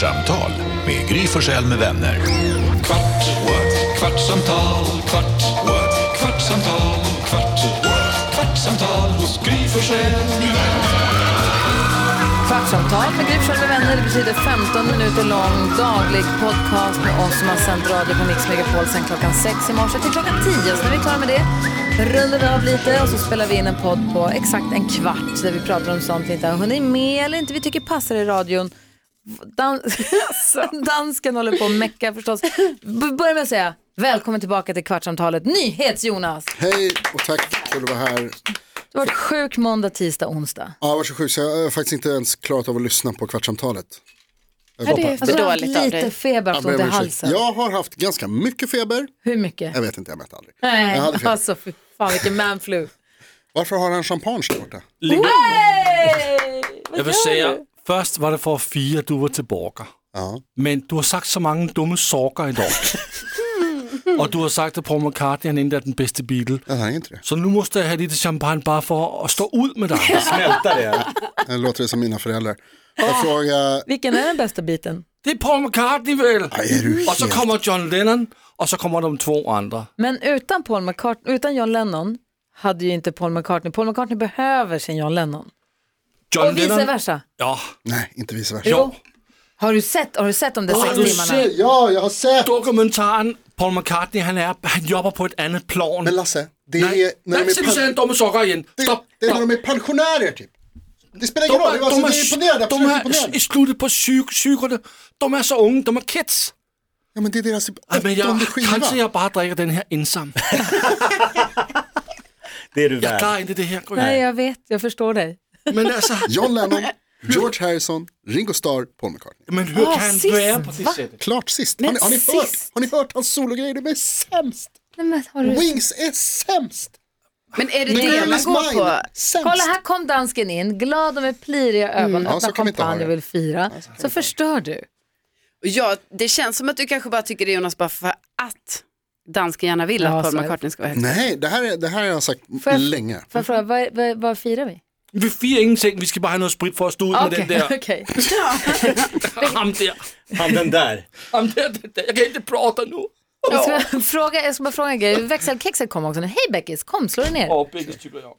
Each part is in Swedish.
Kvartsamtal med Gry Forssell med vänner. Kvart, what? Kvartsamtal, kvart, what? Kvartsamtal, kvart, what? Kvartsamtal hos Gry Forssell med vänner. Kvartsamtal med Gry Forssell med vänner. Det betyder 15 minuter lång daglig podcast med oss som har sänt radio på Mix Megapol sen klockan 6 i morse till klockan 10. Så när vi är klara med det rullar vi av lite och så spelar vi in en podd på exakt en kvart där vi pratar om sånt vi inte har hunnit med eller inte vi tycker passar i radion. Dansken håller på att mecka förstås. Börja med att säga välkommen tillbaka till Kvartsamtalet. Nyhets-Jonas. Hej och tack för att du var här. Du har varit sjuk måndag, tisdag, onsdag. Ja, jag var så sjuk så jag har faktiskt inte ens klarat av att lyssna på Kvartsamtalet. Det är för dåligt av dig. Lite feber och ont i halsen. Jag har haft ganska mycket feber. Hur mycket? Jag vet inte, jag mätte aldrig. Nej, jag hade feber. alltså för fan vilken manflu. Varför har han champagne där borta? Jag vill säga, först var det för att fira att du var tillbaka. Ja. Men du har sagt så många dumma saker idag. Och du har sagt att Paul McCartney inte är den bästa Beatle. Ja, han är inte det. Så nu måste jag ha lite champagne bara för att stå ut med dig. Smälta det. Det låter som mina föräldrar. Jag frågar... Vilken är den bästa biten? Det är Paul McCartney väl? Aj, och så kommer John Lennon och så kommer de två andra. Men utan Paul McCartney, utan John Lennon hade ju inte Paul McCartney. Paul McCartney behöver sin John Lennon. John och vice Lennon, versa. Ja. Nej, inte vice versa. Jo. Har du sett de där 6 timmarna? Ja, jag har sett. Dokumentären Paul McCartney, han jobbar på ett annat plan. Men Lasse, det är Nej, när de du säger dumma saker igen. Stopp. Det är när de är pensionärer typ. Det spelar ingen roll, det är imponerande, absolut imponerande. I slutet på psykorna, de är så unga, de är kids. Ja, men det är deras Men skiva. kanske jag bara dricker den här ensam. Det är du Jag värd. klarar inte det här. Nej, jag vet, jag förstår dig. Men alltså, John Lennon, George Harrison, Ringo Starr, Paul McCartney. men hur kan han sist, vara på det sättet? Klart sist. Men Har ni hört hans sologrejer? De är sämst. Nej, men har du... Wings är sämst. Men är det The det Girl man is går Mine, på? sämst. Kolla, här kom dansken in, glad och med pliriga ögon. Ja, så öppnar kan vi inte ha champagne och det. vill fira. Så förstör du. Ja, det känns som att du kanske bara tycker det, Jonas, bara för att dansken gärna vill Ja, att Paul så är det. McCartney ska vara högt. Nej, det här har jag sagt länge. Får jag fråga, vad firar vi? Vi firar ingenting, vi ska bara ha något sprit för att stå ut med den där. Okej. Han där. Han den där. Han där. Jag kan inte prata nu. Jag ska bara fråga en grej. Växelkexet kom också. Hej Beckis, kom, slå dig ner. Ja, bägge tycker jag.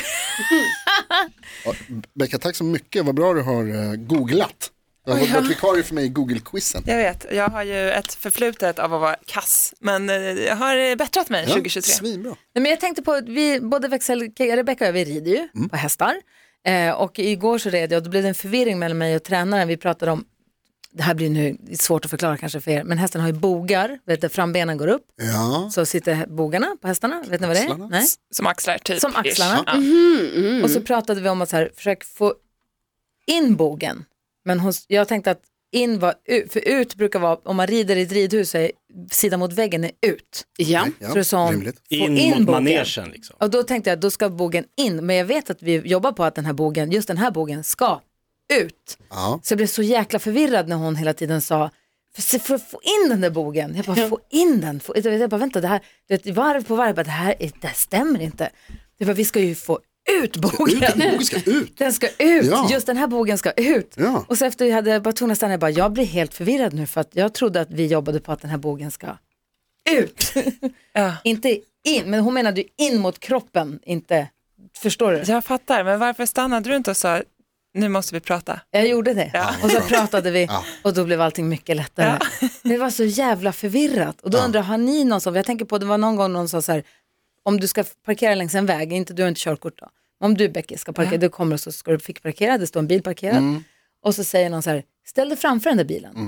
Becka, tack så mycket. Vad bra du har googlat. Du har varit vikarie för mig i Google-quizen. Jag vet, jag har ju ett förflutet av att vara kass, men jag har bättrat mig 2023. Svinbra. Nej, men jag tänkte på att vi, både Rebecca och jag, vi rider ju på hästar. Och igår så red jag och då blev det en förvirring mellan mig och tränaren. Vi pratade om, det här blir nu svårt att förklara kanske för er, men hästen har ju bogar, vet du, frambenen går upp. Ja. Så sitter bogarna på hästarna, vet ni vad det är? Axlarna. Nej? Som axlar typ. Som axlarna. Ja. Och så pratade vi om att så här, försök få in bogen. Men jag tänkte att in var ut, för ut brukar vara, om man rider i ett ridhus är sidan mot väggen är ut. Ja. Ja, Så det sa hon, rimligt. få In in mot bogen. manegen liksom. Och då tänkte jag, då ska bogen in. Men jag vet att vi jobbar på att den här bogen, just den här bogen ska ut. Ja. Så jag blev så jäkla förvirrad när hon hela tiden sa, för att få in den där bogen. Jag bara, få in den. Jag bara, vänta, det här, det varv på varv, det här stämmer inte. Det var, vi ska ju få ut bogen. Bogen ska ut. Den ska ut, Ja. just den här bogen ska ut. Ja. Och så efter jag hade bara tvungen stanna, jag blir helt förvirrad nu för att jag trodde att vi jobbade på att den här bogen ska ut. Ja. Inte in, men hon menade ju in mot kroppen, inte, förstår du? Jag fattar, men varför stannade du inte och sa, nu måste vi prata? Jag gjorde det. Ja. Och så pratade vi Ja. och då blev allting mycket lättare. Det var så jävla förvirrat. Och då undrar, har ni någon som, jag tänker på, det var någon gång någon sa så här, om du ska parkera längs en väg, du har inte körkort då. Om du, Becky, ska parkera, du kommer och så ska du fick parkera, det står en bil parkerad. Och så säger någon så här, ställ dig framför den där bilen.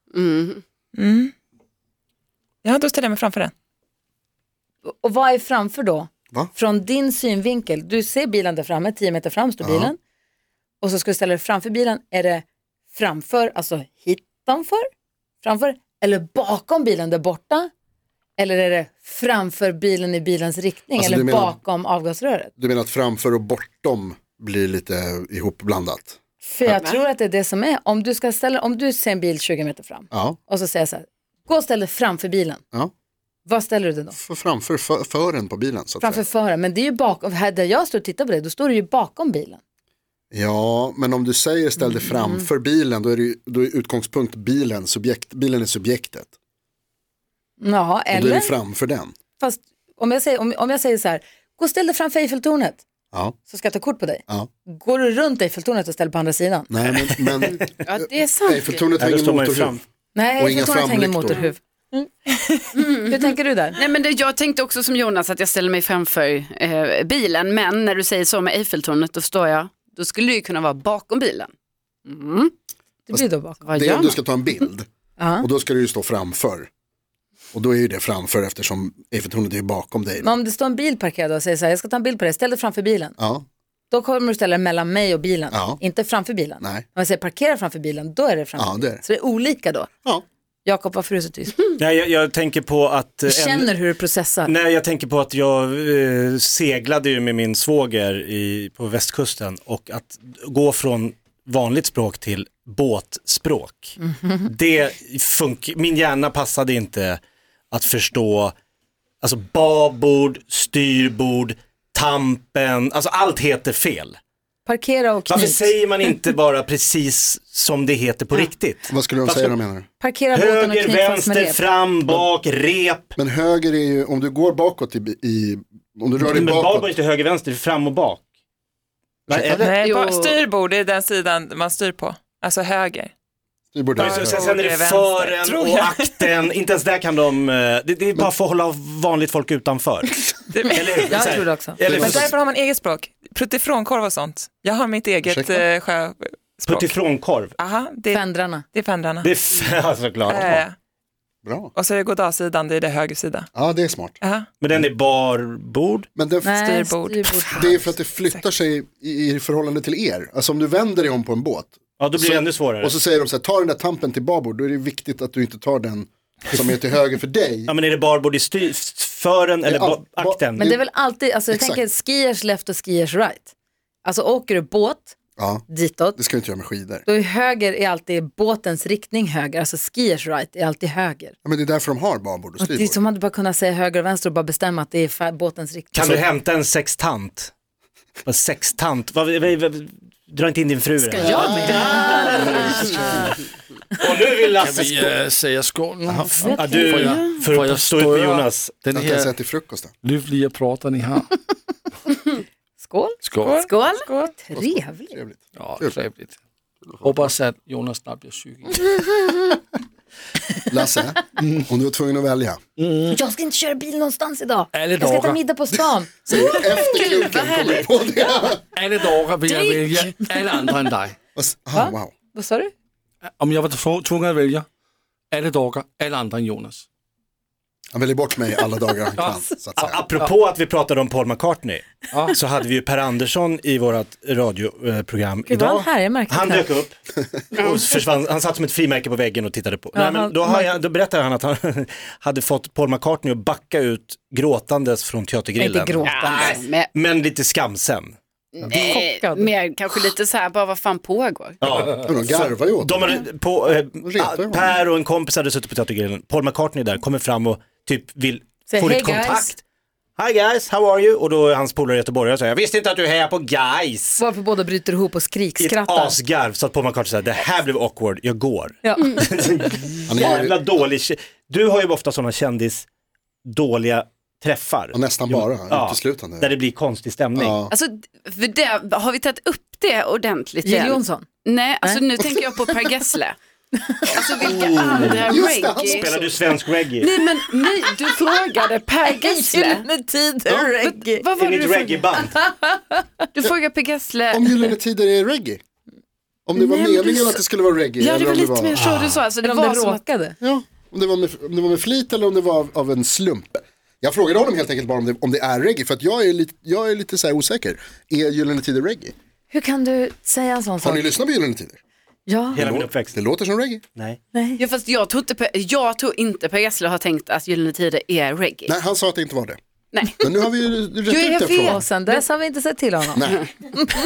Ja, då ställer jag mig framför den. Och vad är framför då? Va? Från din synvinkel, du ser bilen där framme, 10 meter fram står bilen. Och så ska du ställa dig framför bilen, är det framför, alltså framför, eller bakom bilen där borta? Eller är det framför bilen i bilens riktning, Alltså, eller du menar- bakom avgasröret? Du menar att framför och bortom blir lite ihopblandat? För jag tror att det är det som är, om du ser en bil 20 meter fram Ja. och så säger jag så här, gå och ställ dig framför bilen. Ja. Vad ställer du dig då? Framför fören på bilen så att Framför säga. föraren, men det är ju bakom, här där jag står och tittar på det, då står du ju bakom bilen. Ja, men om du säger ställ dig framför bilen, då är utgångspunkt bilen, bilen är subjektet. Ja, Och då är eller? du framför den. Fast om jag säger så här, gå och ställ dig framför Eiffeltornet. Ja. Så ska jag ta kort på dig. Ja. Går du runt Eiffeltornet och ställer på andra sidan? Nej, men Ja, det är sant. Eiffeltornet har ingen motorhuv. Nej, Och inga Eiffeltornet har ingen framlyktor. motorhuv. Hur tänker du där? Nej, men jag tänkte också som Jonas att jag ställer mig framför bilen. Men när du säger så med Eiffeltornet, då skulle det ju kunna vara bakom bilen. Det blir då bakom. Vad Det är gör om du man? ska ta en bild. Ja. Och då ska du ju stå framför. Och då är ju det framför eftersom Eiffeltornet är ju bakom dig. Men om det står en bil parkerad och säger så här, jag ska ta en bild på dig, ställ dig framför bilen. Ja, Då kommer du ställa dig mellan mig och bilen, Ja. inte framför bilen. Nej. Om jag säger parkera framför bilen, då är det framför Ja, det är bilen. det. Så det är olika då. ja. Jakob, varför är du så tyst? Nej, jag tänker på att... Du känner hur du processar. Nej, jag tänker på att jag seglade ju med min svåger på västkusten och att gå från vanligt språk till båtspråk. Det min hjärna passade inte att förstå alltså babord, styrbord, tampen, alltså allt heter fel. Parkera och Varför knyt. säger man inte bara precis som det heter på riktigt? Vad skulle de säga då, menar du? Parkera båten och Höger, knyt fast med vänster, rep. fram, bak, rep. Men höger är ju, om du går bakåt om du rör dig Men babord är bakåt. inte höger, vänster, fram och bak. Va, eller? Nej, Jo. styrbord är den sidan man styr på. Alltså höger. Styrbord där. Sen är det vänster, fören tror och jag. akten, inte ens där kan de, det är bara för att hålla vanligt folk utanför. Eller, Jag så här, tror det också. Eller, Men därför har man eget språk. Puttifrånkorv och sånt. Jag har mitt eget Ursäkta? sjöspråk. puttifrånkorv. Aha, det Fändrarna. är fändrarna. Det är såklart. Bra. Och så är det godagsidan, det är det höger sida. Ja, det är smart. Aha. Men den är barbord. Men det, Nej, Styrbord. det är för att det flyttar sig i förhållande till er. Alltså om du vänder dig om på en båt. Ja, då blir det ännu svårare. Och så säger de så här, ta den där tampen till babord. Då är det viktigt att du inte tar den som är till höger för dig. Ja, men är det barbord i fören eller Ja, akten? Men det är väl alltid, alltså jag Exakt. tänker skiers left och skiers right. Alltså åker du båt Ja, ditåt, det ska du inte göra med skidor. då är höger är alltid båtens riktning höger. Alltså skiers right är alltid höger. Ja, men det är därför de har babord och Och det är styrbord. som att du bara kunna säga höger och vänster och bara bestämma att det är båtens riktning. Kan du hämta en sextant? En sextant? Dra inte in din fru. Ska jag Och nu vill Lasse Vi säger skål. Ja, du får får jag stå ut med störa Jonas. den Jag kan säga här till frukosten. livliga prata ni har. Skål. Skål. Skål. Trevligt. Trevligt. Ja, trevligt. Hoppas att Jonas snart blir sjuk. Lasse, om du var tvungen att välja. Jag ska inte köra bil någonstans idag. Alla Jag ska ta dagar. middag på stan. Så efter kroken kommer du på det. Alla dagar vill jag välja alla andra än dig. Wow. Vad sa du? Om jag var tvungen att välja alla dagar alla andra än Jonas. Han väljer bort mig alla dagar han kan. Så att säga. Apropå att vi pratade om Paul McCartney så hade vi ju Per Andersson i vårt radioprogram Gud, var idag. han här? Jag märkte Han det. dök upp och försvann. Han satt som ett frimärke på väggen och tittade på. Nej, men han- då berättade han att han hade fått Paul McCartney att backa ut gråtandes från teatergrillen. Inte gråtandes. Nej, Men lite skamsen. Chockad. mer kanske lite så här, bara vad fan pågår? Ja. Men de garvar ju åt De honom. hade retar ju Per och en kompis hade suttit på teatergrillen. Paul McCartney där kommer fram och typ vill Säg, få "Hey, lite guys." kontakt. Hi guys, how are you? Och då är hans polare göteborgare och säger, jag visste inte att du är här på guys. Varför båda bryter ihop och I ett skrikskrattar. asgarv så att Paul McCartney säger, det här blev awkward, jag går. Ja. Han är Jävla ju dålig. Du har ju ofta sådana dåliga träffar. och nästan bara, uteslutande. Där det blir konstig stämning. Ja. Alltså, för det, har vi tagit upp det ordentligt Jill igen? Jonsson. Nej, alltså nu tänker jag på Per Gessle. Alltså vilka andra Just det, han reggae? Spelar du svensk reggae? Nej men nej, du frågade Per Gessle. Gyllene Tider reggae. Vad var Är det det du ett frågade? reggaeband? Du frågade Per Gessle. Om Gyllene Tider är reggae. Om det var Nej, men meningen du- att det skulle vara reggae. Ja, det eller var om lite mer så du sa. Alltså, det Eller om var det som att, råkade. Ja, om det var med flit eller om det var av en slump. Jag frågade honom helt enkelt bara om det är reggae. För att jag är lite så här osäker. Är Gyllene Tider reggae? Hur kan du säga en sån Har sak? ni lyssnat på Gyllene Tider? Ja. Hela min uppväxt. Det låter som reggae. Nej. Nej. ja, fast jag tror inte Per Gessle har tänkt att Gyllene Tider är reggae. Nej, han sa att det inte var det. Nej. Men nu har vi ju rätt Jo, jag ut det vet. från. Och sen dess har vi inte sett till honom. Nej,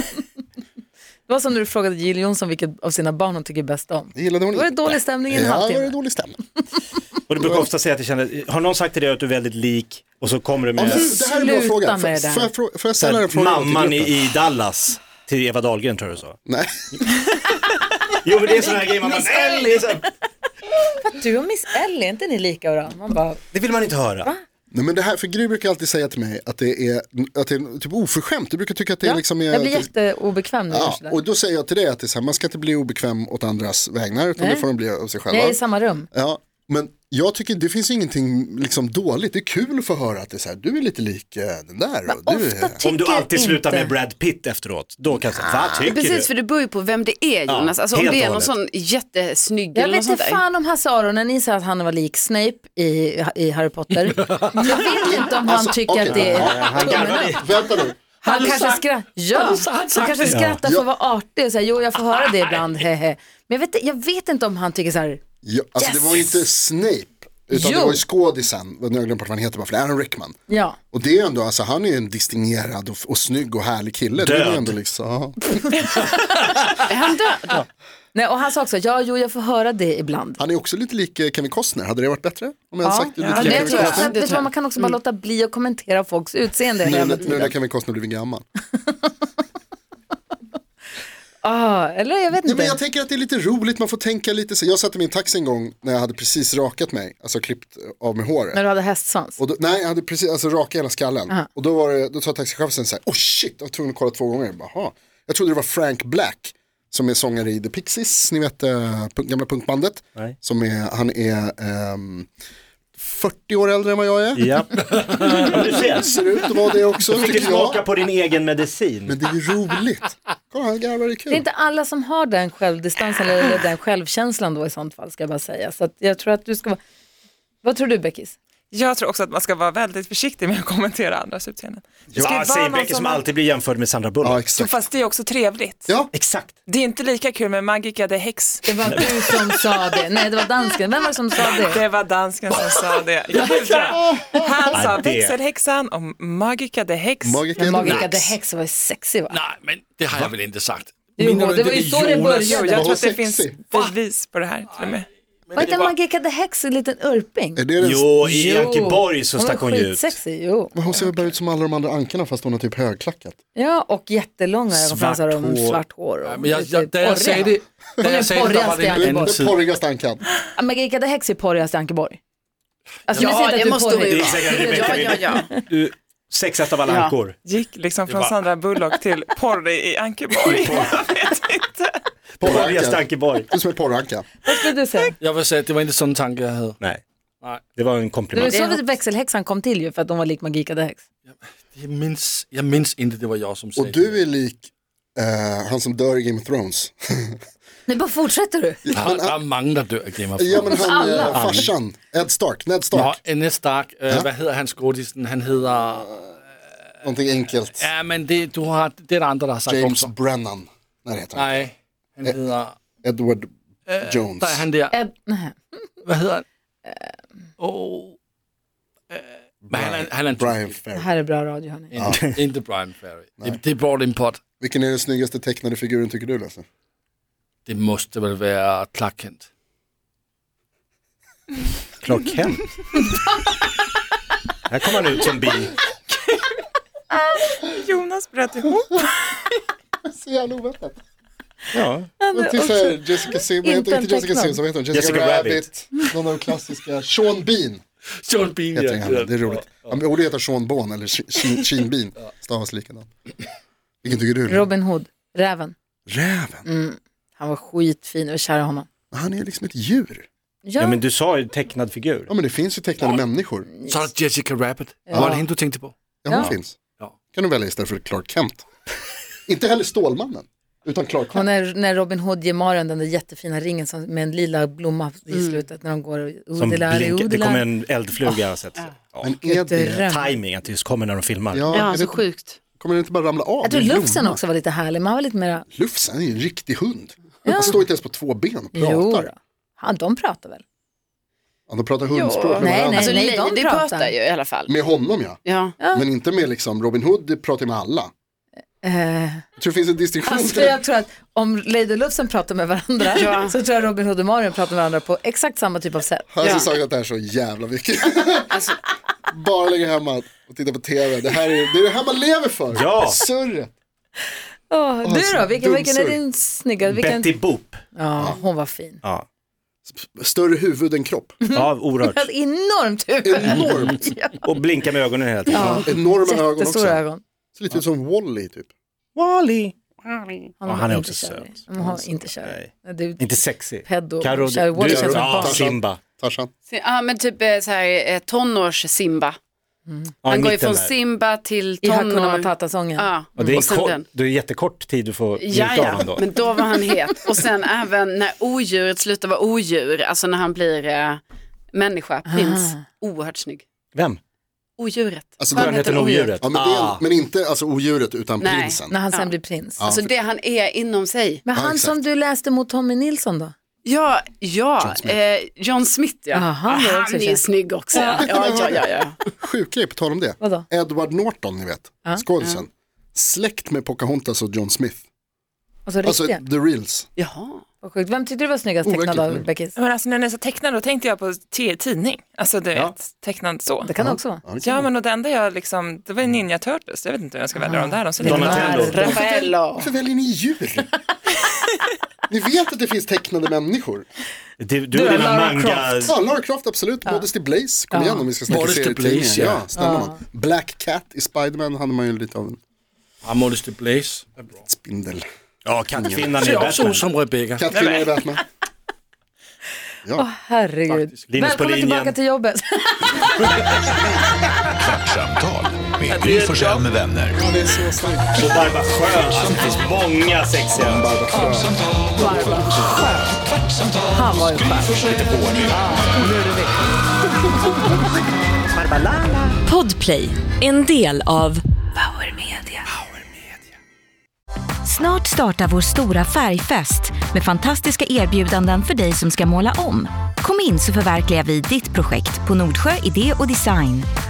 Det var som när du frågade Jill Johnson vilket av sina barn hon tycker bäst om. det gillade hon Då var det inte. dålig stämning i en Ja, då var det halvtimme. dålig stämning. Och du brukar ofta säga att har någon sagt till dig att du är väldigt lik och så kommer du Om med du, det här är en bra Sluta fråga. med det där. Får jag ställa en fråga till mamman gruppen? i Dallas. Till Eva Dahlgren tror jag så. Nej. Jo, men det är sån här grej man bara, nej, det är så... Du och Miss Ellie, är inte ni lika då? Man bara, Det vill man inte höra. Va? Nej, men det här, för Gry brukar alltid säga till mig att det är typ oförskämt. Du brukar tycka att det är liksom... jag blir jätteobekväm nu. Ja, och då säger jag till dig att det är så här, man ska inte bli obekväm åt andras vägnar, utan det får de bli av sig själva. Jag är i samma rum. Ja, men jag tycker det finns ingenting liksom dåligt. Det är kul att få höra att det är så här, du är lite lik den där. Och du är... Om du alltid slutar inte. med Brad Pitt efteråt, då kan jag säga, vad tycker Precis, du? för det beror ju på vem det är, Jonas. Alltså om helt det är och någon hållet. sån jättesnygg Jag eller något vet sånt inte där. fan om Hasse Aron när ni sa att han var lik Snape i Harry Potter. Jag vet inte om han tycker okej. att det är tummen upp. Vänta nu. Han kanske skrattar för att vara artig och säga, jo jag får höra det ibland, hehe. Men jag vet inte om han tycker så här. Ja, alltså det var ju inte Snape, utan det var ju skådisen, nu har jag glömt vad han heter bara, för Alan Rickman. Ja. Och det är ändå, alltså han är ju en distingerad och snygg och härlig kille. Det är Död. ju ändå liksom, Är han död? Nej, och han sa också, jag får höra det ibland. han är också lite lik Kevin Costner, hade det varit bättre? Om jag hade sagt lite Det lik tror Kevin Costner? jag. Vet du vad, man kan också bara låta bli att kommentera folks utseende hela Nu när tiden. Kevin Costner blivit gammal. Eller jag vet Ja, inte. men jag tänker att det är lite roligt, man får tänka lite så. Jag satt i min taxi en gång när jag hade precis rakat mig, alltså klippt av med håret. När du hade hästsvans. Och då, nej, jag hade precis rakat hela skallen. Och då sa taxichauffören så här, oh shit, jag var tvungen att kolla 2 gånger. Jag trodde det var Frank Black, som är sångare i The Pixies, ni vet gamla punkbandet. Nej. Han är 40 år äldre än vad jag är. Ja. Du ser. Ser ut att vara det också, Du fick tycker smaka jag. på din egen medicin. Men det är ju roligt. Kolla, han garvar, det är kul. Det är inte alla som har den självdistansen eller den självkänslan då i sånt fall, ska jag bara säga. Så att jag tror att du ska vara... Vad tror du, Beckis? Jag tror också att man ska vara väldigt försiktig med att kommentera andras utseenden. Det ska ju Ja, vara säger någon Becky som alltid blir jämförd med Sandra Bullock. Ja, Jo, exakt. fast det är också trevligt. Ja, Exakt. Det är inte lika kul med Magica the Hex. Det var du som sa det. Nej, det var dansken. Vem var det som sa det? Det var dansken som sa det. Han sa växelhäxan och Magica the Hex. Men Magica the Hex var ju sexy, va? Nej, men det har jag väl inte sagt. Jo, Menar du det inte var ju så det Jo, började. jag tror att det sexy. finns bevis på det här till och med. Var inte Magica the Hex en liten urping? är det den... Jo, i Ankeborg så stack hon ju ut. skitsexy, jo. Men hon ser väl bara ut som alla de andra ankarna, fast hon har typ högklackat. Ja, och jättelånga ögonfransar och hår. svart hår. Och Men jag, da jag sagde det, Hon är det var det porrigast i en Ankeborg. anden Den tid. porrigaste ankan. Magica the Hex är porrigast i Ankeborg. Alltså, Ja, ni säger det att du är måste porrig. vi Det är säkert Rebecca. Ja. Du, sexast av alla Ja. ankor. Gick liksom från var- Sandra Bullock till porr i Ankeborg. Jag vet inte. Porrigaste Ankeborg. Du som är porranka. Vad skulle du säga? Jag vill säga att det var inte sån tanke jag hade. Nej, Nej. det var en Det var komplimang. så växelhäxan kom till ju, för att de var lik Magica the Hex. Jag minns inte, det var jag som sa Och du är lik han som dör i Game of Thrones. Nu bara fortsätter du. det. Der mangler dør i Game of Ja, Thrones. men han, Alla. farsan, Ned Stark. Nå, Ned Stark, hvad hedder han skådisen? Han hedder... Någonting enkelt. Ja, men det, det är det andra, der har sagt om James sig. Brennan. Nej, heter han. Nej, han hedder... Edward Jones. Der er han der... Nej. Hvad hedder han? Men han är en Brian Det Ferry. här är bra radio, hörni. Inte Brian Ferry. Det är Brought Pot. Vilken är den snyggaste tecknade figuren tycker du, Lasse? Det måste väl vara Clark Kent. Clark Kent. Här kommer han ut som bi. Jonas bröt ihop. Så jävla oväntat. Ja. Jag tycker såhär, Jessica Simpson, inte en inte Jessica tecknad. Simpson, vad heter hon? Jessica Rabbit. Någon av de klassiska. Sean Bean Sean Bean, heter han. Det är roligt. Han borde heta Sean Bean eller Sean Bean. Stavas likadant. Vilken tycker du? Robin Hood, räven. Räven. Han var skitfin, jag var kär i honom. Han är liksom ett djur. Ja, Ja, men du sa ju tecknad figur. Ja, men det finns ju tecknade människor. Så är det Jessica Rabbit. Var det henne du tänkte på? Ja, hon Ja. finns. Ja. Kan du välja istället för Clark Kent. Inte heller Stålmannen, utan Clark och Kent. när Robin Hood ger Marion den där jättefina ringen med en lila blomma i slutet när de går Som blinkar. Det kommer en eldfluga. Så att, ja. Men är det... Dröm. Timing att det just kommer när de filmar. Ja, Ja, är så det, sjukt. kommer det inte bara ramla av? Jag tror Det är en Lufsen blomma. också var lite härlig, men han var lite mera... Lufsen är ju en riktig hund. Han står inte ens på 2 ben och Jo pratar. då. Han, de pratar väl? Ja, de pratar hundspråk med Nej, varandra. nej. Alltså de Lady pratar. pratar ju i alla fall. Med honom ja. Ja. Men inte med liksom Robin Hood, det pratar med alla. Jag tror det finns en distinktion. Alltså, jag tror att om Lady och Lufsen pratar med varandra Ja. så tror jag Robin Hood och Marion pratar med varandra på exakt samma typ av sätt. Han har Ja. sagt att det här är så jävla mycket. Alltså, Bara lägga hemma och titta på tv. Det är det här man lever för. Ja. Surret. Du då? Vilken är din snygga? Betty Boop. Ja, hon var fin. Ja. Större huvud än kropp. Ja, orört. Enormt huvud. Enormt. Och blinka med ögonen hela tiden. Ja. Enorma ögon också. Jättestora ögon. Så lite som Wall-E typ. Wally. Han är inte också kär i. söt. Han har inte kär i. Du, Inte sexy. pedo. Karo, Kär i Wall-E känns som ett barn. Simba. Tarzan. Ja, men typ så här tonårs-Simba. Ja, Han går ju mitten från där. Simba till I Hakuna tonår. Matata-sången. Ja, Och det är, och sen den. det är jättekort tid du får njuta av Ja, honom då. men då var han het. Och sen även när odjuret slutar vara odjur, alltså när han blir människa, prins, oerhört snygg. Vem? Odjuret. Alltså han heter odjuret. Ja, men, men inte alltså odjuret utan Nej. prinsen. När han sen blir prins. Alltså det han är inom sig. Men han exakt. som du läste mot Tommy Nilsson då? Ja, John Smith. Ja. Aha, han är också han är känd. snygg också. Ja. Sjuk grej på tal om det. Vadå? Edward Norton, ni vet. Skådisen. Släkt med Pocahontas och John Smith. Alltså Alltså riktigt? the reals. Jaha. Vad sjukt. Vem tyckte du var snyggast tecknad av Beckis? Men alltså när ni sa tecknad då tänkte jag på tidning. Alltså du vet, tecknad så. Det kan det också vara. Ja, men och det enda jag liksom, det var Ninja Turtles. Jag vet inte hur jag ska välja dem där. De ser lite Donatello. Raffaello. Varför väljer ni djur? Ni vet att det finns tecknade människor. Du är dina manga... Ja, Lara Croft absolut. Modesty Blaze. Kom igen om vi ska snacka Modesty serietidningar. Blaze, Ja, ja. stämmer man. Black Cat i Spider-Man hade man ju lite av en Ja, Modesty Blaze. spindel. Ja, Kattkvinnan Ser är också Batman. ut som Rebecca. Kattkvinnan i Batman. Ja. Herregud. Linus på Välkommen linjen. tillbaka till jobbet. Kvartsamtal med Gry Forssell med vänner. Ja, det är så snyggt. Och Barbara Sjö. Alltså, det finns många sexiga. Han var ju skön. Podplay, en del av Power Media. Snart startar vår stora färgfest med fantastiska erbjudanden för dig som ska måla om. Kom in så förverkligar vi ditt projekt på Nordsjö Idé och Design.